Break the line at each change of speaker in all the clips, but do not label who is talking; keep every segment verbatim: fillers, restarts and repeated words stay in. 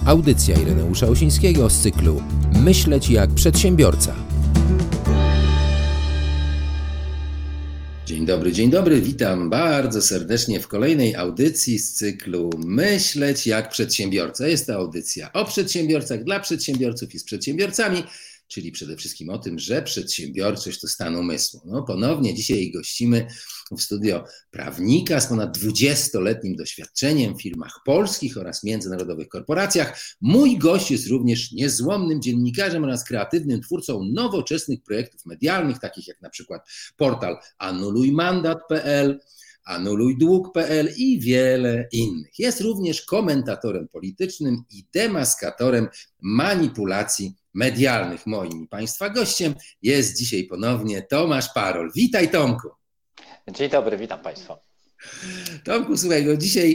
Audycja Ireneusza Osińskiego z cyklu Myśleć jak przedsiębiorca. Dzień dobry, dzień dobry, witam bardzo serdecznie w kolejnej audycji z cyklu Myśleć jak przedsiębiorca. Jest to audycja o przedsiębiorcach, dla przedsiębiorców i z przedsiębiorcami, czyli przede wszystkim o tym, że przedsiębiorczość to stan umysłu. No, ponownie dzisiaj gościmy w studio prawnika z ponad dwudziestoletnim doświadczeniem w firmach polskich oraz międzynarodowych korporacjach. Mój gość jest również niezłomnym dziennikarzem oraz kreatywnym twórcą nowoczesnych projektów medialnych, takich jak na przykład portal anuluj mandat kropka pe el, anuluj dług kropka pe el i wiele innych. Jest również komentatorem politycznym i demaskatorem manipulacji medialnych. Moim i Państwa gościem jest dzisiaj ponownie Tomasz Parol. Witaj, Tomku.
Dzień dobry, witam Państwa.
Tomku, słuchaj, no dzisiaj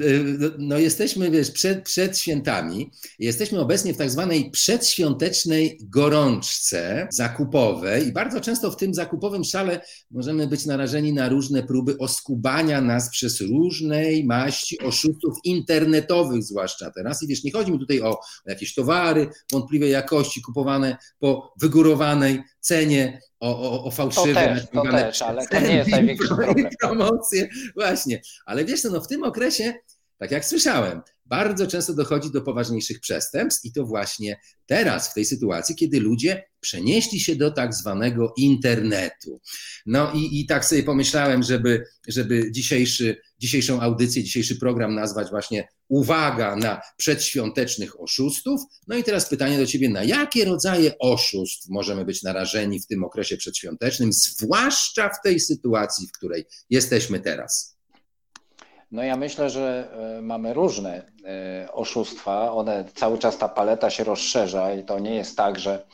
no jesteśmy, wiesz, przed, przed świętami. Jesteśmy obecnie w tak zwanej przedświątecznej gorączce zakupowej i bardzo często w tym zakupowym szale możemy być narażeni na różne próby oskubania nas przez różnej maści oszustów internetowych, zwłaszcza teraz. I wiesz, nie chodzi mi tutaj o, o jakieś towary wątpliwej jakości kupowane po wygórowanej cenie, o, o, o fałszywe,
to też, to też, ale to nie jest największy problem.
Promocje, właśnie. Ale wiesz co, no w tym okresie, tak jak słyszałem, bardzo często dochodzi do poważniejszych przestępstw i to właśnie teraz, w tej sytuacji, kiedy ludzie przenieśli się do tak zwanego internetu. No i, i tak sobie pomyślałem, żeby, żeby dzisiejszy, dzisiejszą audycję, dzisiejszy program nazwać właśnie uwaga na przedświątecznych oszustów. No i teraz pytanie do Ciebie, na jakie rodzaje oszustw możemy być narażeni w tym okresie przedświątecznym, zwłaszcza w tej sytuacji, w której jesteśmy teraz?
No ja myślę, że mamy różne oszustwa, one cały czas ta paleta się rozszerza i to nie jest tak, że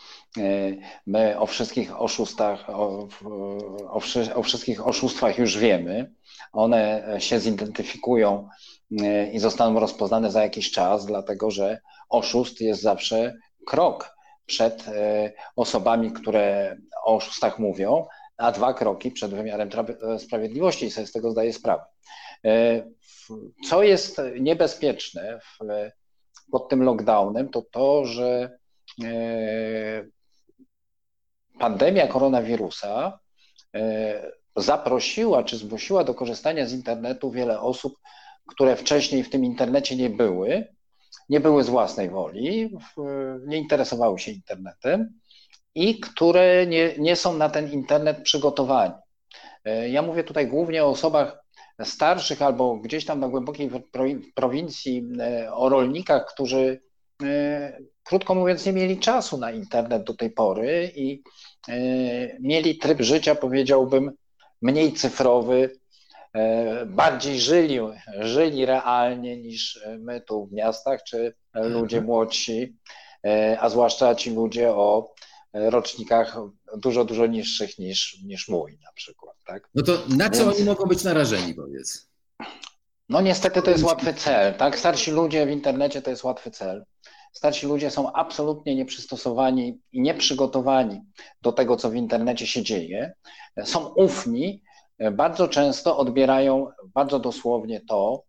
my o wszystkich oszustach, o, o, o wszystkich oszustwach już wiemy. One się zidentyfikują i zostaną rozpoznane za jakiś czas, dlatego że oszust jest zawsze krok przed osobami, które o oszustach mówią, a dwa kroki przed wymiarem sprawiedliwości i sobie z tego zdaję sprawę. Co jest niebezpieczne w, pod tym lockdownem, to to, że pandemia koronawirusa zaprosiła czy zmusiła do korzystania z internetu wiele osób, które wcześniej w tym internecie nie były, nie były z własnej woli, nie interesowały się internetem i które nie, nie są na ten internet przygotowani. Ja mówię tutaj głównie o osobach starszych albo gdzieś tam na głębokiej prowincji, o rolnikach, którzy krótko mówiąc nie mieli czasu na internet do tej pory i mieli tryb życia, powiedziałbym, mniej cyfrowy, bardziej żyli, żyli realnie niż my tu w miastach, czy ludzie młodsi, a zwłaszcza ci ludzie o rocznikach dużo, dużo niższych niż, niż mój na przykład. Tak?
No to na co Więc... oni mogą być narażeni, powiedz?
No niestety to jest łatwy cel. Tak? Starsi ludzie w internecie to jest łatwy cel. Starsi ludzie są absolutnie nieprzystosowani i nieprzygotowani do tego, co w internecie się dzieje. Są ufni, bardzo często odbierają bardzo dosłownie to,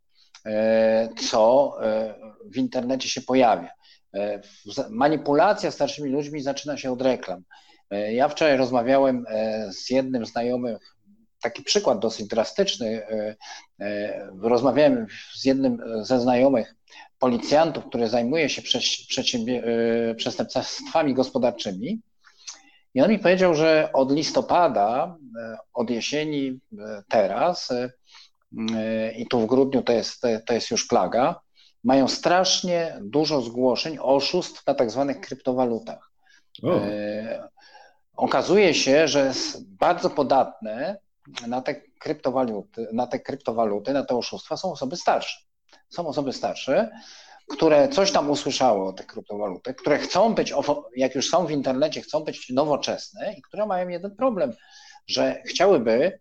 co w internecie się pojawia. Manipulacja starszymi ludźmi zaczyna się od reklam. Ja wczoraj rozmawiałem z jednym znajomym, taki przykład dosyć drastyczny, rozmawiałem z jednym ze znajomych policjantów, który zajmuje się przestępstwami gospodarczymi i on mi powiedział, że od listopada, od jesieni teraz i tu w grudniu to jest, to jest już plaga, mają strasznie dużo zgłoszeń oszustw na tak zwanych kryptowalutach. O. Okazuje się, że bardzo podatne na te kryptowaluty, na te kryptowaluty, na te oszustwa są osoby starsze. Są osoby starsze, które coś tam usłyszały o tych kryptowalutach, które chcą być, jak już są w internecie, chcą być nowoczesne i które mają jeden problem, że chciałyby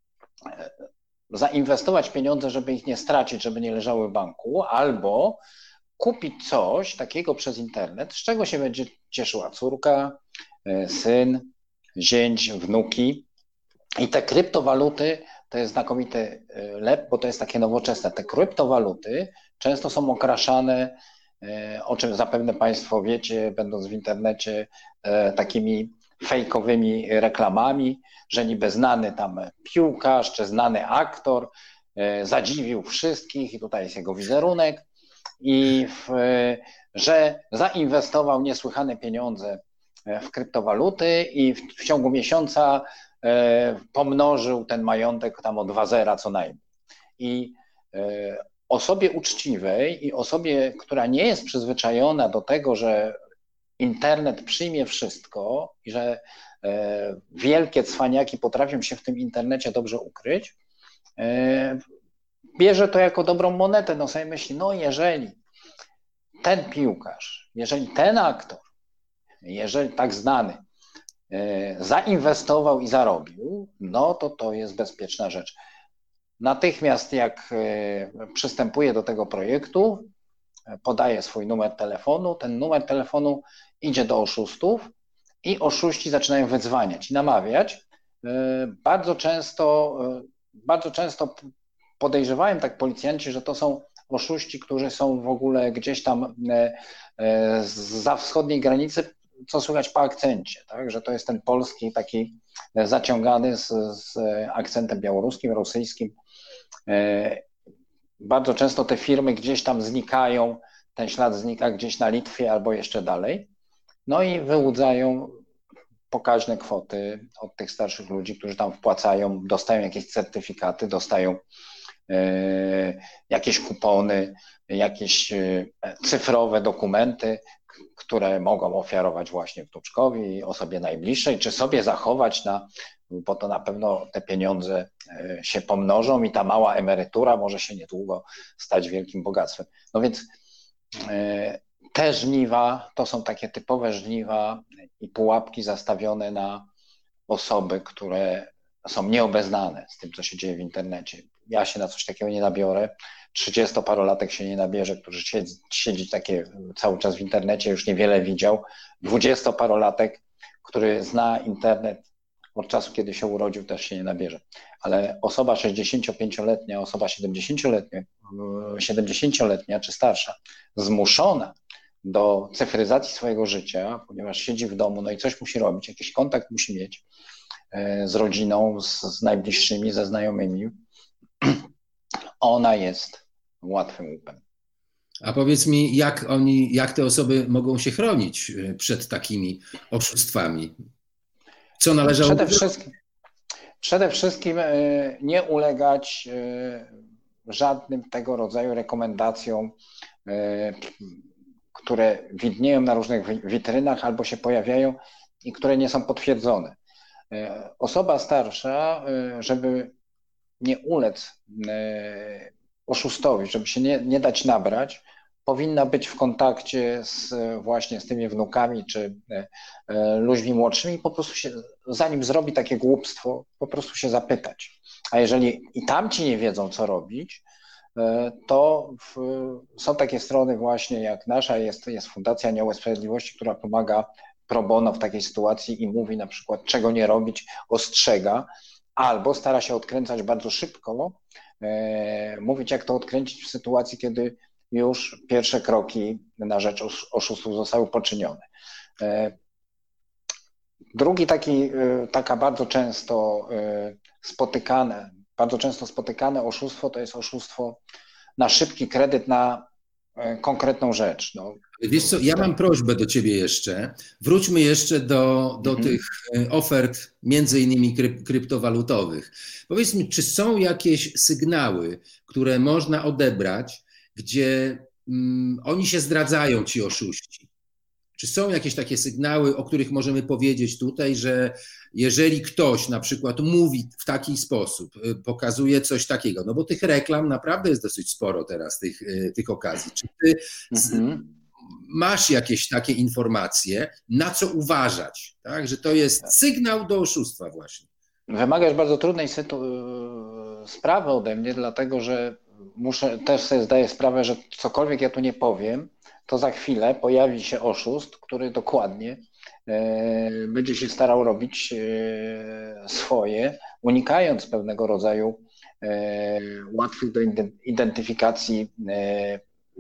zainwestować pieniądze, żeby ich nie stracić, żeby nie leżały w banku, albo kupić coś takiego przez internet, z czego się będzie cieszyła córka, syn, zięć, wnuki. I te kryptowaluty to jest znakomity lep, bo to jest takie nowoczesne. Te kryptowaluty często są okraszane o czym zapewne Państwo wiecie, będąc w internecie, takimi fejkowymi reklamami, że niby znany tam piłkarz czy znany aktor zadziwił wszystkich i tutaj jest jego wizerunek i w, że zainwestował niesłychane pieniądze w kryptowaluty i w, w ciągu miesiąca pomnożył ten majątek tam o dwa zera co najmniej. I osobie uczciwej i osobie, która nie jest przyzwyczajona do tego, że internet przyjmie wszystko i że wielkie cwaniaki potrafią się w tym internecie dobrze ukryć, bierze to jako dobrą monetę, no sobie myśli, no jeżeli ten piłkarz, jeżeli ten aktor, jeżeli tak znany, zainwestował i zarobił, no to to jest bezpieczna rzecz. Natychmiast jak przystępuje do tego projektu, podaje swój numer telefonu, ten numer telefonu idzie do oszustów i oszuści zaczynają wydzwaniać i namawiać. Bardzo często, bardzo często podejrzewają tak policjanci, że to są oszuści, którzy są w ogóle gdzieś tam zza wschodniej granicy, co słychać po akcencie, tak? Że to jest ten polski taki zaciągany z, z akcentem białoruskim, rosyjskim. Bardzo często te firmy gdzieś tam znikają, ten ślad znika gdzieś na Litwie albo jeszcze dalej. No i wyłudzają pokaźne kwoty od tych starszych ludzi, którzy tam wpłacają, dostają jakieś certyfikaty, dostają jakieś kupony, jakieś cyfrowe dokumenty, które mogą ofiarować właśnie wnuczkowi, osobie najbliższej, czy sobie zachować, na, bo to na pewno te pieniądze się pomnożą i ta mała emerytura może się niedługo stać wielkim bogactwem. No więc te żniwa to są takie typowe żniwa i pułapki zastawione na osoby, które są nieobeznane z tym, co się dzieje w internecie. Ja się na coś takiego nie nabiorę. trzydziestoparolatek się nie nabierze, który siedzi, siedzi takie cały czas w internecie, już niewiele widział. dwudziestoparolatek, który zna internet od czasu, kiedy się urodził, też się nie nabierze. Ale osoba sześćdziesięciopięcioletnia, osoba siedemdziesięcioletnia, siedemdziesięcioletnia czy starsza, zmuszona do cyfryzacji swojego życia, ponieważ siedzi w domu, no i coś musi robić, jakiś kontakt musi mieć z rodziną, z, z najbliższymi, ze znajomymi, ona jest łatwym łupem.
A powiedz mi, jak oni, jak te osoby mogą się chronić przed takimi oszustwami? Co należało
Przede wszystkim, przede wszystkim nie ulegać żadnym tego rodzaju rekomendacjom, które widnieją na różnych witrynach albo się pojawiają i które nie są potwierdzone. Osoba starsza, żeby nie ulec oszustowi, żeby się nie, nie dać nabrać, powinna być w kontakcie z, właśnie z tymi wnukami czy ludźmi młodszymi, po prostu się, zanim zrobi takie głupstwo, po prostu się zapytać. A jeżeli i tamci nie wiedzą, co robić, to w, są takie strony właśnie jak nasza, jest, jest Fundacja Anioły Sprawiedliwości, która pomaga pro bono w takiej sytuacji i mówi na przykład, czego nie robić, ostrzega, albo stara się odkręcać bardzo szybko, e, mówić, jak to odkręcić w sytuacji, kiedy już pierwsze kroki na rzecz oszustów zostały poczynione. E, drugi taki, e, taka bardzo często e, spotykane, bardzo często spotykane oszustwo to jest oszustwo na szybki kredyt na e, konkretną rzecz. No.
Wiesz co, ja mam prośbę do ciebie jeszcze. Wróćmy jeszcze do, do mhm. tych ofert między innymi kryp, kryptowalutowych. Powiedz mi, czy są jakieś sygnały, które można odebrać, gdzie mm, oni się zdradzają, ci oszuści? Czy są jakieś takie sygnały, o których możemy powiedzieć tutaj, że jeżeli ktoś na przykład mówi w taki sposób, pokazuje coś takiego, no bo tych reklam naprawdę jest dosyć sporo teraz, tych, tych okazji. Czy ty mhm. masz jakieś takie informacje, na co uważać, tak? Że to jest sygnał do oszustwa właśnie?
Wymagasz bardzo trudnej sprawy ode mnie, dlatego że muszę, też sobie zdaję sprawę, że cokolwiek ja tu nie powiem, to za chwilę pojawi się oszust, który dokładnie e, będzie się starał robić e, swoje, unikając pewnego rodzaju e, łatwych do identyfikacji e,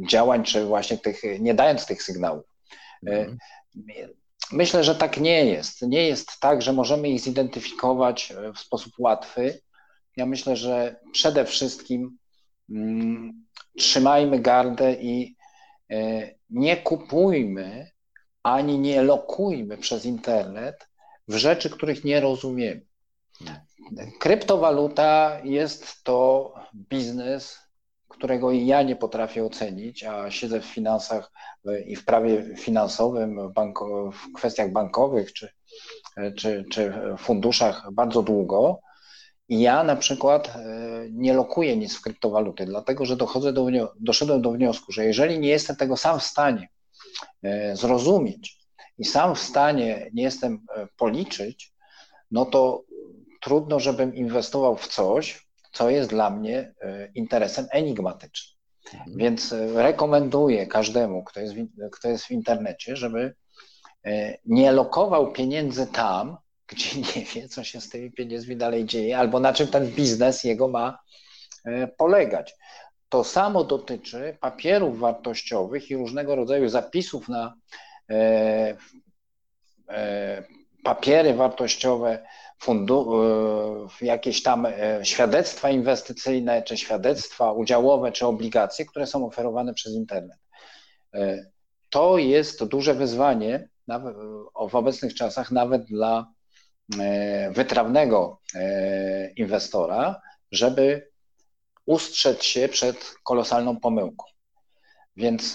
działań, czy właśnie tych, nie dając tych sygnałów. Mhm. Myślę, że tak nie jest. Nie jest tak, że możemy ich zidentyfikować w sposób łatwy. Ja myślę, że przede wszystkim mm, trzymajmy gardę i y, nie kupujmy ani nie lokujmy przez internet w rzeczy, których nie rozumiemy. Kryptowaluta jest to biznes, którego ja nie potrafię ocenić, a siedzę w finansach i w prawie finansowym, w, banko, w kwestiach bankowych czy, czy, czy funduszach bardzo długo. I ja na przykład nie lokuję nic w kryptowaluty, dlatego że dochodzę do, doszedłem do wniosku, że jeżeli nie jestem tego sam w stanie zrozumieć i sam w stanie nie jestem policzyć, no to trudno, żebym inwestował w coś, co jest dla mnie interesem enigmatycznym. Mhm. Więc rekomenduję każdemu, kto jest, w, kto jest w internecie, żeby nie lokował pieniędzy tam, gdzie nie wie, co się z tymi pieniędzmi dalej dzieje, albo na czym ten biznes jego ma polegać. To samo dotyczy papierów wartościowych i różnego rodzaju zapisów na e, e, papiery wartościowe, fundu, e, jakieś tam e, świadectwa inwestycyjne, czy świadectwa udziałowe, czy obligacje, które są oferowane przez internet. E, to jest duże wyzwanie nawet, w obecnych czasach nawet dla e, wytrawnego e, inwestora, żeby ustrzec się przed kolosalną pomyłką. Więc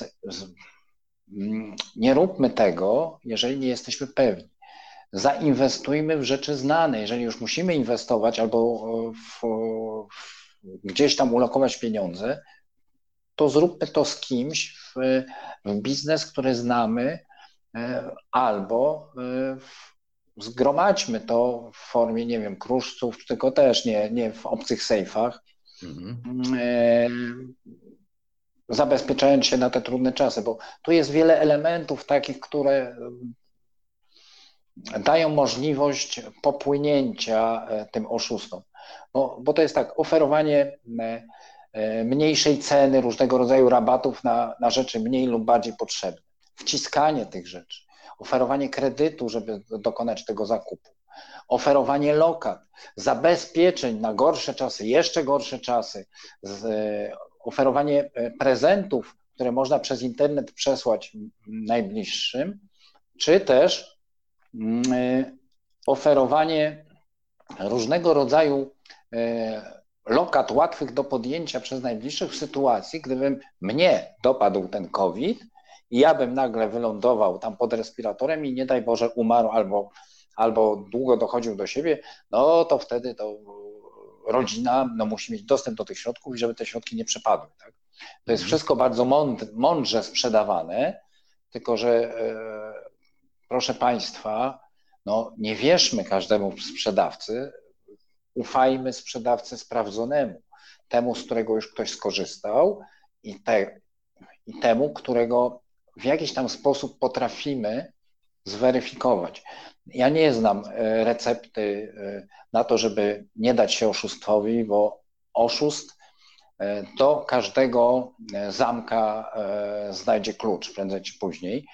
nie róbmy tego, jeżeli nie jesteśmy pewni. Zainwestujmy w rzeczy znane. Jeżeli już musimy inwestować albo w, w, gdzieś tam ulokować pieniądze, to zróbmy to z kimś w, w biznes, który znamy, albo w, zgromadźmy to w formie, nie wiem, kruszców, tylko też nie, nie w obcych sejfach, mhm. zabezpieczając się na te trudne czasy, bo tu jest wiele elementów takich, które dają możliwość popłynięcia tym oszustom. Bo, bo to jest tak, oferowanie mniejszej ceny, różnego rodzaju rabatów na, na rzeczy mniej lub bardziej potrzebne, wciskanie tych rzeczy, oferowanie kredytu, żeby dokonać tego zakupu, oferowanie lokat, zabezpieczeń na gorsze czasy, jeszcze gorsze czasy, oferowanie prezentów, które można przez internet przesłać najbliższym, czy też oferowanie różnego rodzaju lokat łatwych do podjęcia przez najbliższych w sytuacji, gdybym mnie dopadł ten COVID i ja bym nagle wylądował tam pod respiratorem i nie daj Boże umarł albo, albo długo dochodził do siebie, no to wtedy to rodzina no, musi mieć dostęp do tych środków i żeby te środki nie przepadły. Tak? To jest wszystko bardzo mądrze, mądrze sprzedawane, tylko że e, proszę Państwa, no, nie wierzmy każdemu sprzedawcy, ufajmy sprzedawcy sprawdzonemu, temu, z którego już ktoś skorzystał i, te, i temu, którego w jakiś tam sposób potrafimy zweryfikować. Ja nie znam recepty na to, żeby nie dać się oszustwowi, bo oszust do każdego zamka znajdzie klucz prędzej czy później.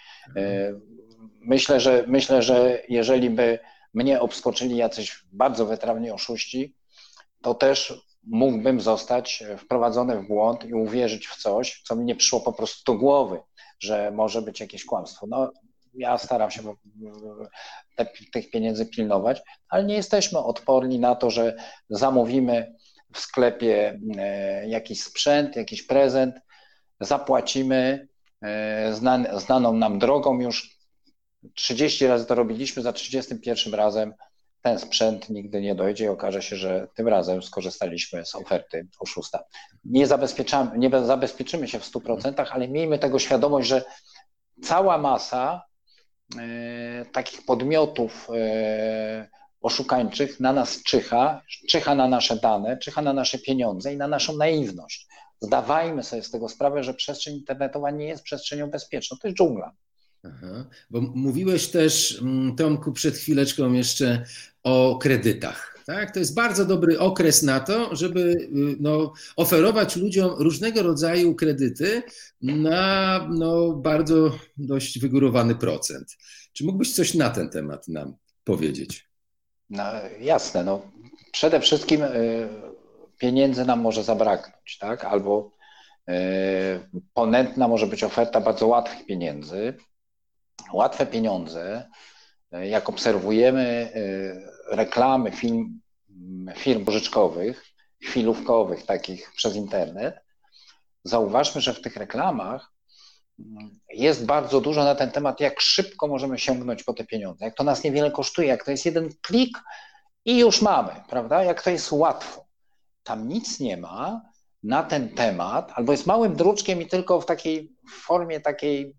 Myślę, że, myślę, że jeżeli by mnie obskoczyli jacyś bardzo wytrawni oszuści, to też mógłbym zostać wprowadzony w błąd i uwierzyć w coś, co mi nie przyszło po prostu do głowy, że może być jakieś kłamstwo. No, ja staram się te, tych pieniędzy pilnować, ale nie jesteśmy odporni na to, że zamówimy w sklepie jakiś sprzęt, jakiś prezent, zapłacimy znan, znaną nam drogą, już trzydzieści razy to robiliśmy, za trzydziestym pierwszym razem ten sprzęt nigdy nie dojdzie i okaże się, że tym razem skorzystaliśmy z oferty oszusta. Nie zabezpieczamy, nie zabezpieczymy się w stu procentach, ale miejmy tego świadomość, że cała masa e, takich podmiotów e, oszukańczych na nas czyha, czyha na nasze dane, czyha na nasze pieniądze i na naszą naiwność. Zdawajmy sobie z tego sprawę, że przestrzeń internetowa nie jest przestrzenią bezpieczną, to jest dżungla.
Aha, bo mówiłeś też, Tomku, przed chwileczką jeszcze o kredytach. Tak? To jest bardzo dobry okres na to, żeby no, oferować ludziom różnego rodzaju kredyty na no, bardzo dość wygórowany procent. Czy mógłbyś coś na ten temat nam powiedzieć?
No, jasne. No, przede wszystkim y, pieniędzy nam może zabraknąć, tak? Albo y, ponętna może być oferta bardzo łatwych pieniędzy. Łatwe pieniądze, y, jak obserwujemy y, reklamy film, firm pożyczkowych, chwilówkowych, takich przez internet, zauważmy, że w tych reklamach jest bardzo dużo na ten temat, jak szybko możemy sięgnąć po te pieniądze, jak to nas niewiele kosztuje, jak to jest jeden klik i już mamy, prawda? Jak to jest łatwo. Tam nic nie ma na ten temat, albo jest małym druczkiem i tylko w takiej formie takiej,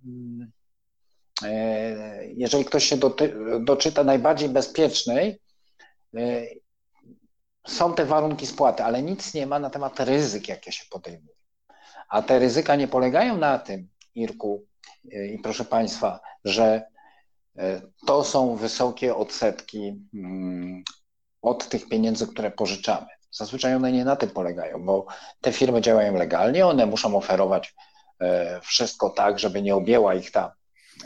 jeżeli ktoś się doczyta, najbardziej bezpiecznej, są te warunki spłaty, ale nic nie ma na temat ryzyk, jakie się podejmuje. A te ryzyka nie polegają na tym, Irku i proszę Państwa, że to są wysokie odsetki od tych pieniędzy, które pożyczamy. Zazwyczaj one nie na tym polegają, bo te firmy działają legalnie, one muszą oferować wszystko tak, żeby nie objęła ich ta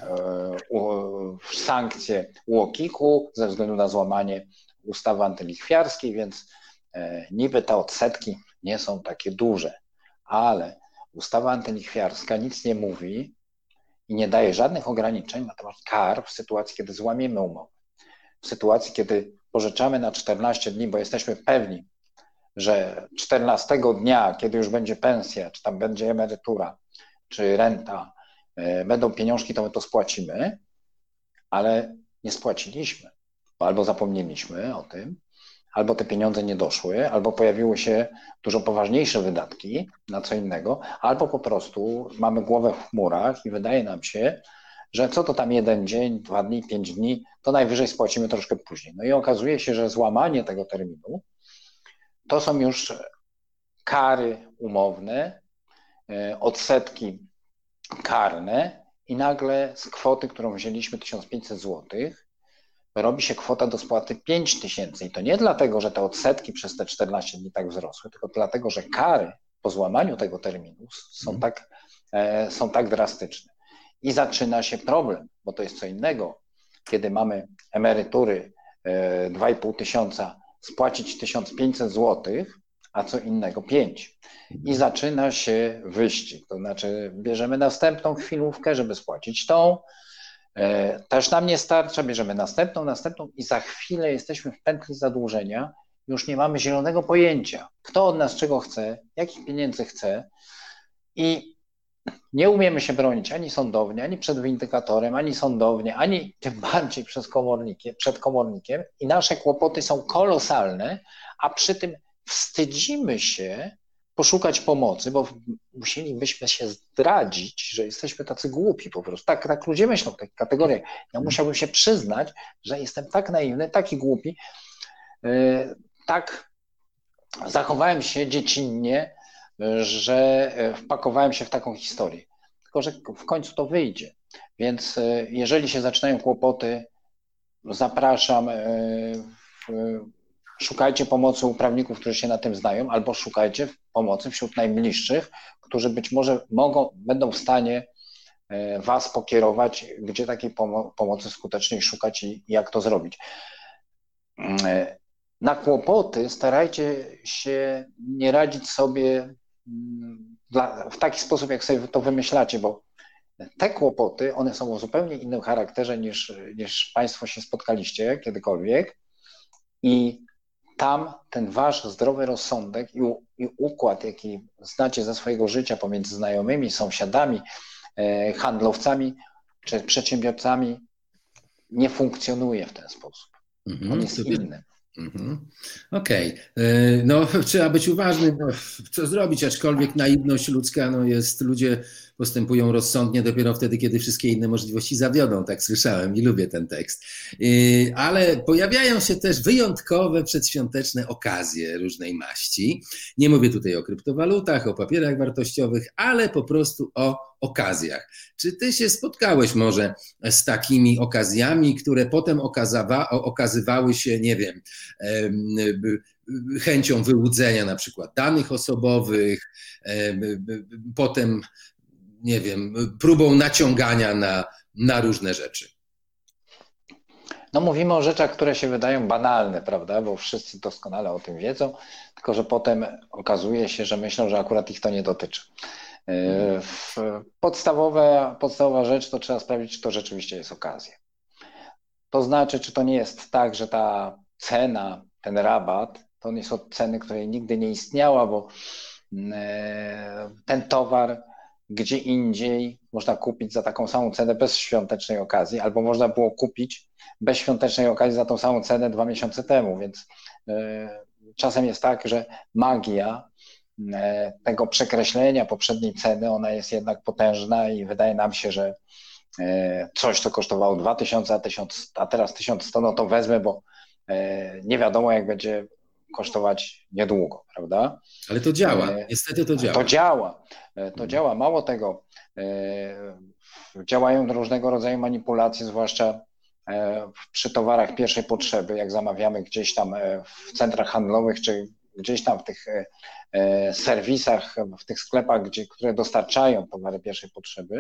sankcje U O K I K-u ze względu na złamanie ustawy antylichwiarskiej, więc niby te odsetki nie są takie duże, ale ustawa antylichwiarska nic nie mówi i nie daje żadnych ograniczeń na temat kar w sytuacji, kiedy złamiemy umowę. W sytuacji, kiedy pożyczamy na czternaście dni, bo jesteśmy pewni, że czternastego dnia, kiedy już będzie pensja, czy tam będzie emerytura, czy renta, będą pieniążki, to my to spłacimy, ale nie spłaciliśmy, albo zapomnieliśmy o tym, albo te pieniądze nie doszły, albo pojawiły się dużo poważniejsze wydatki na co innego, albo po prostu mamy głowę w chmurach i wydaje nam się, że co to tam jeden dzień, dwa dni, pięć dni, to najwyżej spłacimy troszkę później. No i okazuje się, że złamanie tego terminu to są już kary umowne, odsetki karne i nagle z kwoty, którą wzięliśmy tysiąc pięćset złotych, robi się kwota do spłaty pięć tysięcy. I to nie dlatego, że te odsetki przez te czternaście dni tak wzrosły, tylko dlatego, że kary po złamaniu tego terminu są mm. tak, e, są tak drastyczne. I zaczyna się problem, bo to jest co innego, kiedy mamy emerytury e, dwa i pół tysiąca, spłacić tysiąc pięćset złotych, a co innego pięć. I zaczyna się wyścig, to znaczy bierzemy następną chwilówkę, żeby spłacić tą, też nam nie starcza, bierzemy następną, następną i za chwilę jesteśmy w pętli zadłużenia, już nie mamy zielonego pojęcia, kto od nas czego chce, jakich pieniędzy chce i nie umiemy się bronić ani sądownie, ani przed windykatorem, ani sądownie, ani tym bardziej przez komornikiem, przed komornikiem i nasze kłopoty są kolosalne, a przy tym wstydzimy się poszukać pomocy, bo musielibyśmy się zdradzić, że jesteśmy tacy głupi po prostu. Tak, tak ludzie myślą w tych kategoriach. Ja musiałbym się przyznać, że jestem tak naiwny, taki głupi, yy, tak zachowałem się dziecinnie, że wpakowałem się w taką historię. Tylko że w końcu to wyjdzie. Więc yy, jeżeli się zaczynają kłopoty, zapraszam, yy, w, szukajcie pomocy u prawników, którzy się na tym znają, albo szukajcie pomocy wśród najbliższych, którzy być może mogą, będą w stanie was pokierować, gdzie takiej pomo- pomocy skutecznej szukać i jak to zrobić. Na kłopoty starajcie się nie radzić sobie dla, w taki sposób, jak sobie to wymyślacie, bo te kłopoty, one są o zupełnie innym charakterze niż, niż Państwo się spotkaliście kiedykolwiek i tam ten wasz zdrowy rozsądek i, i układ, jaki znacie ze swojego życia pomiędzy znajomymi, sąsiadami, e, handlowcami czy przedsiębiorcami, nie funkcjonuje w ten sposób. Mm-hmm, On jest inny.
Mm-hmm. Okej. Okay. No trzeba być uważnym, no, co zrobić, aczkolwiek naiwność ludzka no, jest, ludzie postępują rozsądnie dopiero wtedy, kiedy wszystkie inne możliwości zawiodą, tak słyszałem i lubię ten tekst. Ale pojawiają się też wyjątkowe przedświąteczne okazje różnej maści. Nie mówię tutaj o kryptowalutach, o papierach wartościowych, ale po prostu o okazjach. Czy ty się spotkałeś może z takimi okazjami, które potem okazawa, okazywały się, nie wiem, chęcią wyłudzenia na przykład danych osobowych, potem, nie wiem, próbą naciągania na, na różne rzeczy?
No mówimy o rzeczach, które się wydają banalne, prawda, bo wszyscy doskonale o tym wiedzą, tylko że potem okazuje się, że myślą, że akurat ich to nie dotyczy. Podstawowe, podstawowa rzecz to trzeba sprawdzić, czy to rzeczywiście jest okazja. To znaczy, czy to nie jest tak, że ta cena, ten rabat, to on jest od ceny, której nigdy nie istniała, bo ten towar gdzie indziej można kupić za taką samą cenę bez świątecznej okazji, albo można było kupić bez świątecznej okazji za tą samą cenę dwa miesiące temu, więc czasem jest tak, że magia tego przekreślenia poprzedniej ceny, ona jest jednak potężna i wydaje nam się, że coś, co kosztowało dwa tysiące, a, tysiąc, a teraz tysiąc sto, no to wezmę, bo nie wiadomo, jak będzie kosztować niedługo, prawda?
Ale to działa, niestety to działa.
To działa, to działa. Mało tego, działają różnego rodzaju manipulacje, zwłaszcza przy towarach pierwszej potrzeby, jak zamawiamy gdzieś tam w centrach handlowych, czy gdzieś tam w tych serwisach, w tych sklepach, gdzie, które dostarczają towary pierwszej potrzeby.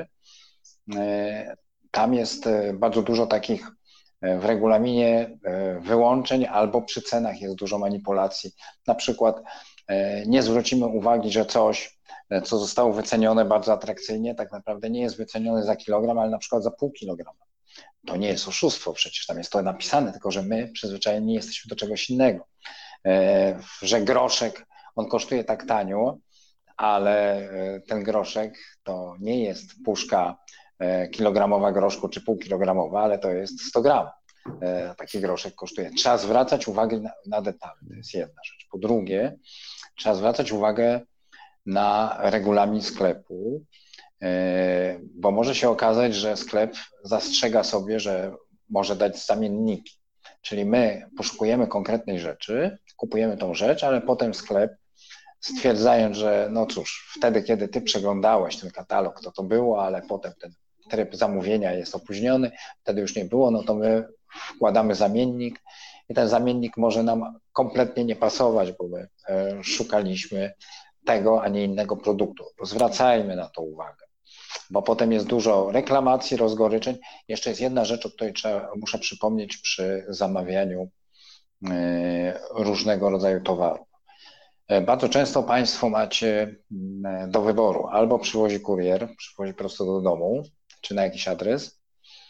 Tam jest bardzo dużo takich w regulaminie wyłączeń, albo przy cenach jest dużo manipulacji. Na przykład nie zwrócimy uwagi, że coś, co zostało wycenione bardzo atrakcyjnie, tak naprawdę nie jest wycenione za kilogram, ale na przykład za pół kilograma. To nie jest oszustwo, przecież tam jest to napisane, tylko że my przyzwyczajeni jesteśmy do czegoś innego. Że groszek, on kosztuje tak tanio, ale ten groszek to nie jest puszka kilogramowa groszku czy półkilogramowa, ale to jest sto gramów. Taki groszek kosztuje. Trzeba zwracać uwagę na, na detale, to jest jedna rzecz. Po drugie, trzeba zwracać uwagę na regulamin sklepu, bo może się okazać, że sklep zastrzega sobie, że może dać zamienniki. Czyli my poszukujemy konkretnej rzeczy, kupujemy tą rzecz, ale potem sklep, stwierdzając, że no cóż, wtedy, kiedy ty przeglądałeś ten katalog, to to było, ale potem ten tryb zamówienia jest opóźniony, wtedy już nie było, no to my wkładamy zamiennik i ten zamiennik może nam kompletnie nie pasować, bo my szukaliśmy tego, a nie innego produktu. Zwracajmy na to uwagę, bo potem jest dużo reklamacji, rozgoryczeń. Jeszcze jest jedna rzecz, o której trzeba, muszę przypomnieć przy zamawianiu różnego rodzaju towarów. Bardzo często Państwo macie do wyboru, albo przywozi kurier, przywozi prosto do domu, czy na jakiś adres,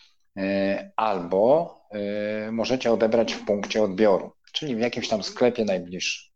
albo możecie odebrać w punkcie odbioru, czyli w jakimś tam sklepie najbliższym.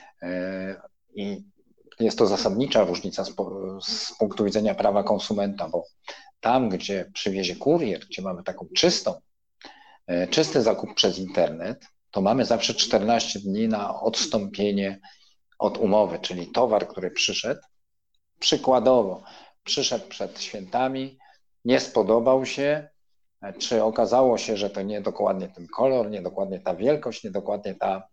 I jest to zasadnicza różnica z, z punktu widzenia prawa konsumenta, bo tam, gdzie przywiezie kurier, gdzie mamy taką czystą, czysty zakup przez internet, to mamy zawsze czternaście dni na odstąpienie od umowy, czyli towar, który przyszedł, przykładowo przyszedł przed świętami, nie spodobał się, czy okazało się, że to nie dokładnie ten kolor, nie dokładnie ta wielkość, nie dokładnie ta,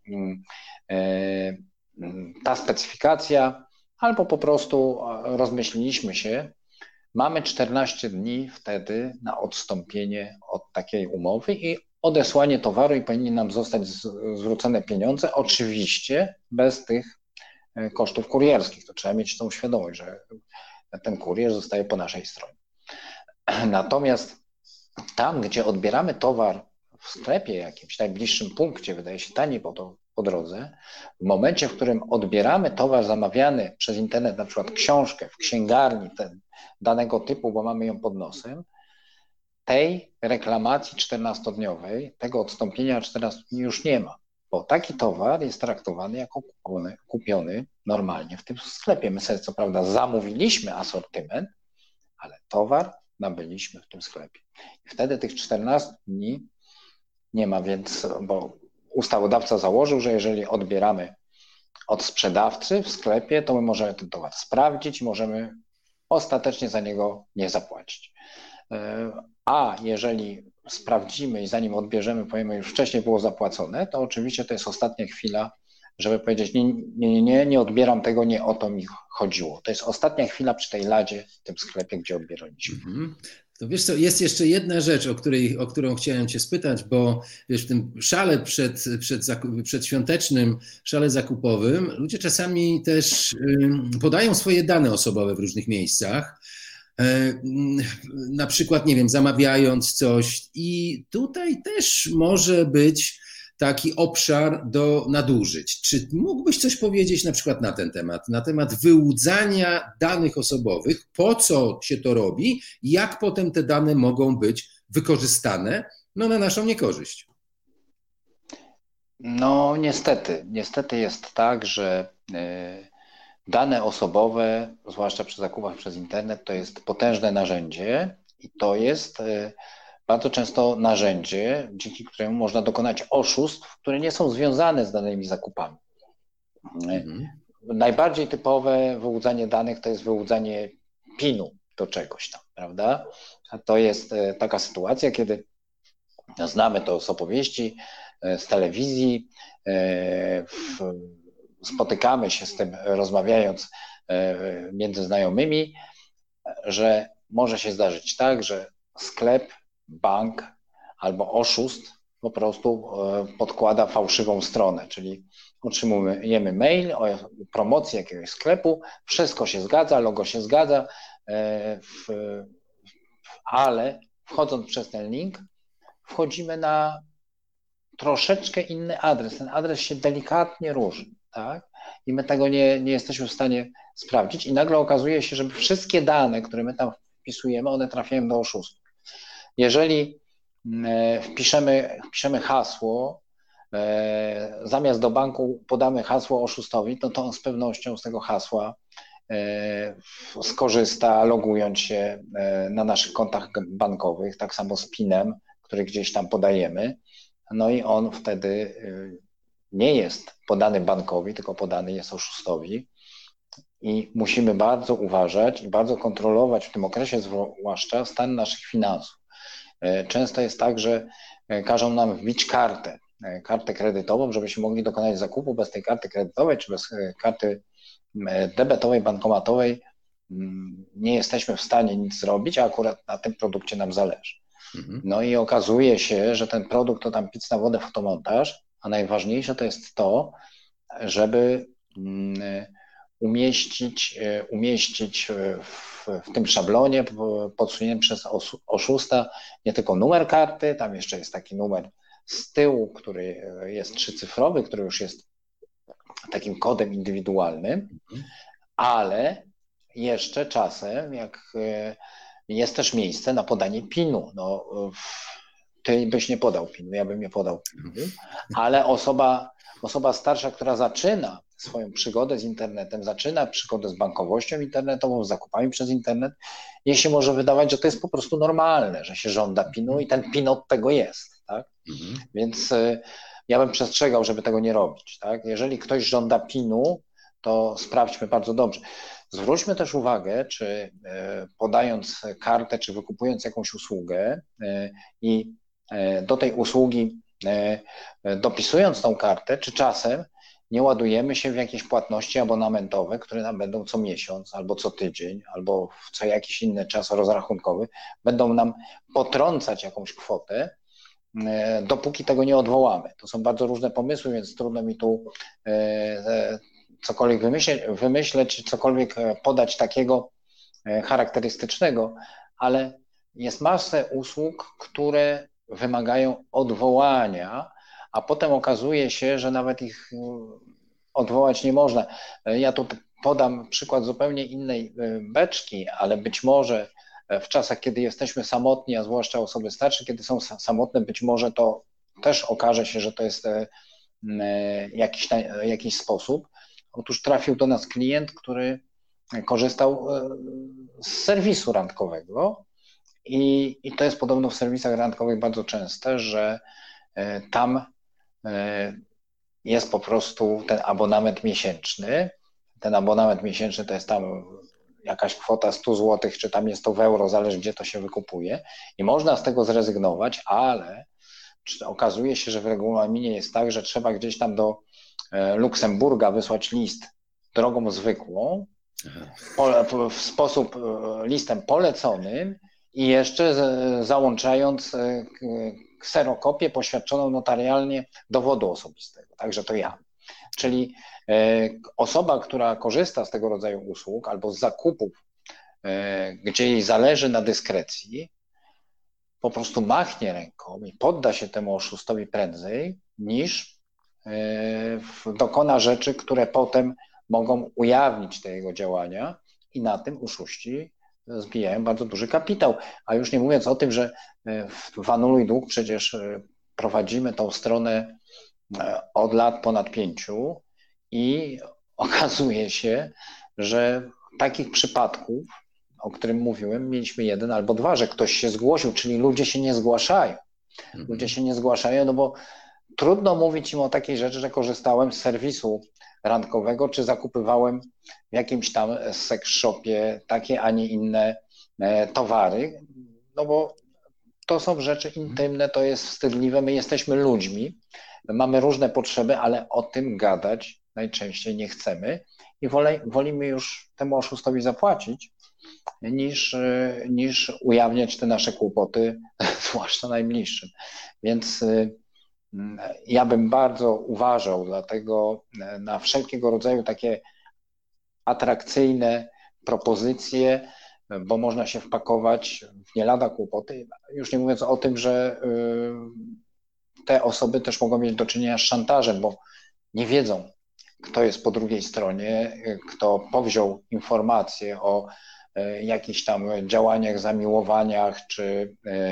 ta specyfikacja, albo po prostu rozmyśliliśmy się, mamy czternaście dni wtedy na odstąpienie od takiej umowy i odesłanie towaru i powinny nam zostać zwrócone pieniądze, oczywiście bez tych kosztów kurierskich. To trzeba mieć tą świadomość, że ten kurier zostaje po naszej stronie. Natomiast tam, gdzie odbieramy towar w sklepie jakimś najbliższym punkcie, wydaje się taniej po, to, po drodze, w momencie, w którym odbieramy towar zamawiany przez internet, na przykład książkę w księgarni ten, danego typu, bo mamy ją pod nosem, tej reklamacji czternastodniowej, tego odstąpienia czternastu dni już nie ma, bo taki towar jest traktowany jako kupiony, kupiony normalnie w tym sklepie. My sobie co prawda zamówiliśmy asortyment, ale towar nabyliśmy w tym sklepie. I wtedy tych czternastu dni nie ma, więc, bo ustawodawca założył, że jeżeli odbieramy od sprzedawcy w sklepie, to my możemy ten towar sprawdzić i możemy ostatecznie za niego nie zapłacić. A jeżeli sprawdzimy i zanim odbierzemy, powiemy, już wcześniej było zapłacone, to oczywiście to jest ostatnia chwila żeby powiedzieć nie, nie, nie, nie, nie odbieram tego, nie o to mi chodziło. To jest ostatnia chwila przy tej ladzie w tym sklepie, gdzie odbieraliśmy.
Mhm. To wiesz co, jest jeszcze jedna rzecz, o, której, o którą chciałem cię spytać, bo wiesz, w tym szale przed, przed, przedświątecznym, szale zakupowym, ludzie czasami też podają swoje dane osobowe w różnych miejscach. Na przykład, nie wiem, zamawiając coś i tutaj też może być taki obszar do nadużyć. Czy mógłbyś coś powiedzieć na przykład na ten temat, na temat wyłudzania danych osobowych, po co się to robi, jak potem te dane mogą być wykorzystane no, na naszą niekorzyść?
No niestety, niestety jest tak, że dane osobowe, zwłaszcza przy zakupach przez internet, to jest potężne narzędzie i to jest bardzo często narzędzie, dzięki któremu można dokonać oszustw, które nie są związane z danymi zakupami. Mhm. Najbardziej typowe wyłudzanie danych to jest wyłudzanie pinu do czegoś tam, prawda? A to jest taka sytuacja, kiedy znamy to z opowieści, z telewizji, spotykamy się z tym, rozmawiając między znajomymi, że może się zdarzyć tak, że sklep, bank albo oszust po prostu podkłada fałszywą stronę, czyli otrzymujemy mail o promocji jakiegoś sklepu, wszystko się zgadza, logo się zgadza, ale wchodząc przez ten link wchodzimy na troszeczkę inny adres. Ten adres się delikatnie różni, tak? I my tego nie, nie jesteśmy w stanie sprawdzić i nagle okazuje się, że wszystkie dane, które my tam wpisujemy, one trafiają do oszustów. Jeżeli wpiszemy, wpiszemy hasło, zamiast do banku podamy hasło oszustowi, to to on z pewnością z tego hasła skorzysta, logując się na naszych kontach bankowych, tak samo z pinem, który gdzieś tam podajemy. No i on wtedy nie jest podany bankowi, tylko podany jest oszustowi. I musimy bardzo uważać i bardzo kontrolować w tym okresie zwłaszcza stan naszych finansów. Często jest tak, że każą nam wbić kartę, kartę kredytową, żebyśmy mogli dokonać zakupu. Bez tej karty kredytowej czy bez karty debetowej, bankomatowej nie jesteśmy w stanie nic zrobić, a akurat na tym produkcie nam zależy. Mhm. No i okazuje się, że ten produkt to tam pic na wodę, fotomontaż, a najważniejsze to jest to, żeby umieścić, umieścić w, w tym szablonie podsuniętym przez oszusta nie tylko numer karty, tam jeszcze jest taki numer z tyłu, który jest trzycyfrowy, który już jest takim kodem indywidualnym, ale jeszcze czasem, jak jest też miejsce na podanie pinu. No, ty byś nie podał pinu, ja bym nie podał pinu, ale osoba, osoba starsza, która zaczyna swoją przygodę z internetem, zaczyna przygodę z bankowością internetową, z zakupami przez internet, jej się może wydawać, że to jest po prostu normalne, że się żąda pinu i ten pin od tego jest, tak? Mhm. Więc y, ja bym przestrzegał, żeby tego nie robić, tak? Jeżeli ktoś żąda pinu, to sprawdźmy bardzo dobrze. Zwróćmy też uwagę, czy podając kartę, czy wykupując jakąś usługę i do tej usługi dopisując tą kartę, czy czasem nie ładujemy się w jakieś płatności abonamentowe, które nam będą co miesiąc, albo co tydzień, albo w co jakiś inny czas rozrachunkowy, będą nam potrącać jakąś kwotę, dopóki tego nie odwołamy. To są bardzo różne pomysły, więc trudno mi tu cokolwiek wymyśleć, wymyśleć, cokolwiek podać takiego charakterystycznego, ale jest masę usług, które wymagają odwołania, a potem okazuje się, że nawet ich odwołać nie można. Ja tu podam przykład zupełnie innej beczki, ale być może w czasach, kiedy jesteśmy samotni, a zwłaszcza osoby starsze, kiedy są samotne, być może to też okaże się, że to jest jakiś, jakiś sposób. Otóż trafił do nas klient, który korzystał z serwisu randkowego i, i to jest podobno w serwisach randkowych bardzo częste, że tam jest po prostu ten abonament miesięczny. Ten abonament miesięczny to jest tam jakaś kwota sto złotych, czy tam jest to w euro, zależy gdzie to się wykupuje i można z tego zrezygnować, ale okazuje się, że w regulaminie jest tak, że trzeba gdzieś tam do Luksemburga wysłać list drogą zwykłą, w sposób listem poleconym i jeszcze załączając kserokopię poświadczoną notarialnie dowodu osobistego. Także to ja. Czyli osoba, która korzysta z tego rodzaju usług albo z zakupów, gdzie jej zależy na dyskrecji, po prostu machnie ręką i podda się temu oszustowi prędzej, niż dokona rzeczy, które potem mogą ujawnić te jego działania i na tym oszuści zbijają bardzo duży kapitał. A już nie mówiąc o tym, że w Anuluj Dług przecież prowadzimy tą stronę od lat ponad pięciu i okazuje się, że takich przypadków, o którym mówiłem, mieliśmy jeden albo dwa, że ktoś się zgłosił, czyli ludzie się nie zgłaszają. Ludzie się nie zgłaszają, no bo trudno mówić im o takiej rzeczy, że korzystałem z serwisu randkowego, czy zakupywałem w jakimś tam sex shopie takie, a nie inne towary, no bo to są rzeczy intymne, to jest wstydliwe, my jesteśmy ludźmi, mamy różne potrzeby, ale o tym gadać najczęściej nie chcemy i wole, wolimy już temu oszustowi zapłacić, niż, niż ujawniać te nasze kłopoty, zwłaszcza najbliższym. Więc ja bym bardzo uważał dlatego na wszelkiego rodzaju takie atrakcyjne propozycje, bo można się wpakować w nie lada kłopoty, już nie mówiąc o tym, że te osoby też mogą mieć do czynienia z szantażem, bo nie wiedzą, kto jest po drugiej stronie, kto powziął informacje o jakichś tam działaniach, zamiłowaniach czy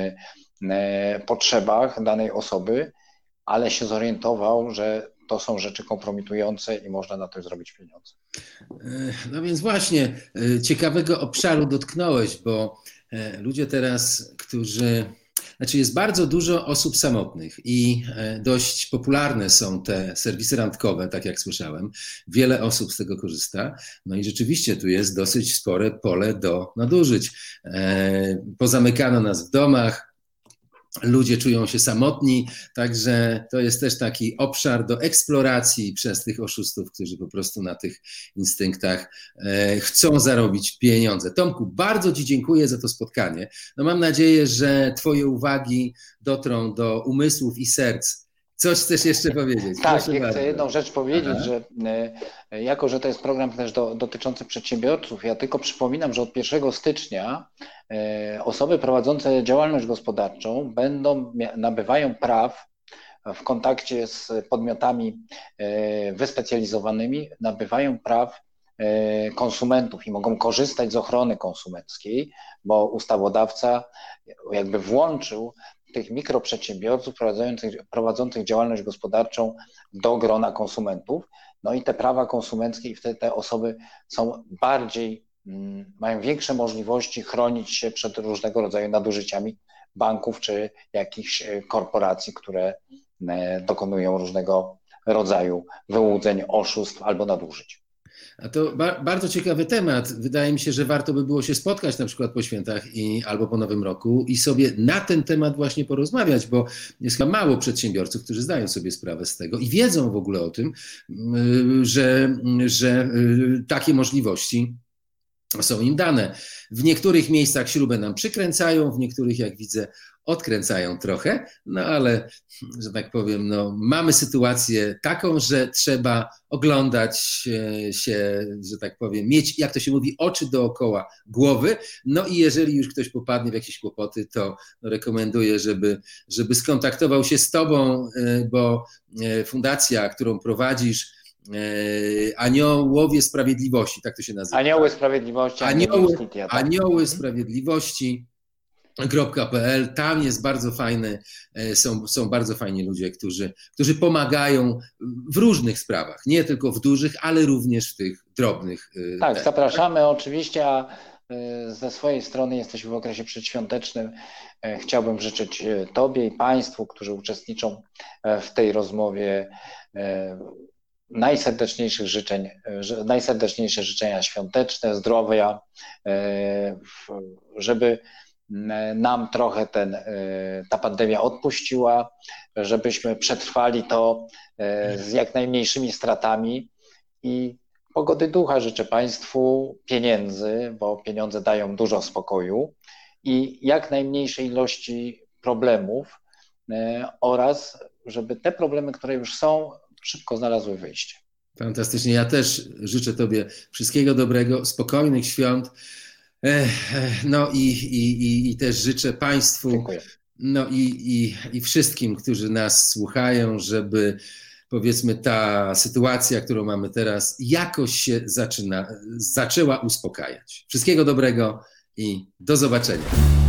potrzebach danej osoby, ale się zorientował, że to są rzeczy kompromitujące i można na to zrobić pieniądze.
No więc właśnie, ciekawego obszaru dotknąłeś, bo ludzie teraz, którzy... Znaczy jest bardzo dużo osób samotnych i dość popularne są te serwisy randkowe, tak jak słyszałem. Wiele osób z tego korzysta. No i rzeczywiście tu jest dosyć spore pole do nadużyć. Pozamykano nas w domach, ludzie czują się samotni, także to jest też taki obszar do eksploracji przez tych oszustów, którzy po prostu na tych instynktach chcą zarobić pieniądze. Tomku, bardzo Ci dziękuję za to spotkanie. No mam nadzieję, że Twoje uwagi dotrą do umysłów i serc. Coś chcesz jeszcze powiedzieć?
Tak, Proszę ja bardzo. Chcę jedną rzecz powiedzieć, Aha. że jako, że to jest program też do, dotyczący przedsiębiorców, ja tylko przypominam, że od pierwszego stycznia osoby prowadzące działalność gospodarczą będą, nabywają praw w kontakcie z podmiotami wyspecjalizowanymi, nabywają praw konsumentów i mogą korzystać z ochrony konsumenckiej, bo ustawodawca jakby włączył tych mikroprzedsiębiorców prowadzących, prowadzących działalność gospodarczą do grona konsumentów. No i te prawa konsumenckie i wtedy te osoby są bardziej, mają większe możliwości chronić się przed różnego rodzaju nadużyciami banków czy jakichś korporacji, które dokonują różnego rodzaju wyłudzeń, oszustw albo nadużyć.
A to ba- bardzo ciekawy temat. Wydaje mi się, że warto by było się spotkać na przykład po świętach i, albo po Nowym Roku i sobie na ten temat właśnie porozmawiać, bo jest chyba mało przedsiębiorców, którzy zdają sobie sprawę z tego i wiedzą w ogóle o tym, że, że takie możliwości są im dane. W niektórych miejscach śrubę nam przykręcają, w niektórych, jak widzę, odkręcają trochę, no ale, że tak powiem, no, mamy sytuację taką, że trzeba oglądać się, że tak powiem, mieć, jak to się mówi, oczy dookoła głowy, no i jeżeli już ktoś popadnie w jakieś kłopoty, to rekomenduję, żeby, żeby skontaktował się z Tobą, bo fundacja, którą prowadzisz, Aniołowie Sprawiedliwości, tak to się nazywa.
Anioły Sprawiedliwości.
Anioły, Anioły Sprawiedliwości. .pl. Tam jest bardzo fajne, są, są bardzo fajni ludzie, którzy, którzy pomagają w różnych sprawach, nie tylko w dużych, ale również w tych drobnych.
Tak, zapraszamy oczywiście, a ze swojej strony jesteśmy w okresie przedświątecznym. Chciałbym życzyć Tobie i Państwu, którzy uczestniczą w tej rozmowie, najserdeczniejszych życzeń, najserdeczniejsze życzenia świąteczne, zdrowia, żeby nam trochę ten, ta pandemia odpuściła, żebyśmy przetrwali to z jak najmniejszymi stratami i pogody ducha życzę Państwu, pieniędzy, bo pieniądze dają dużo spokoju i jak najmniejszej ilości problemów oraz żeby te problemy, które już są, szybko znalazły wyjście.
Fantastycznie. Ja też życzę Tobie wszystkiego dobrego, spokojnych świąt. No i, i, i też życzę Państwu,
Dziękuję.
no i, i, i wszystkim, którzy nas słuchają, żeby powiedzmy ta sytuacja, którą mamy teraz, jakoś się zaczyna, zaczęła uspokajać. Wszystkiego dobrego i do zobaczenia.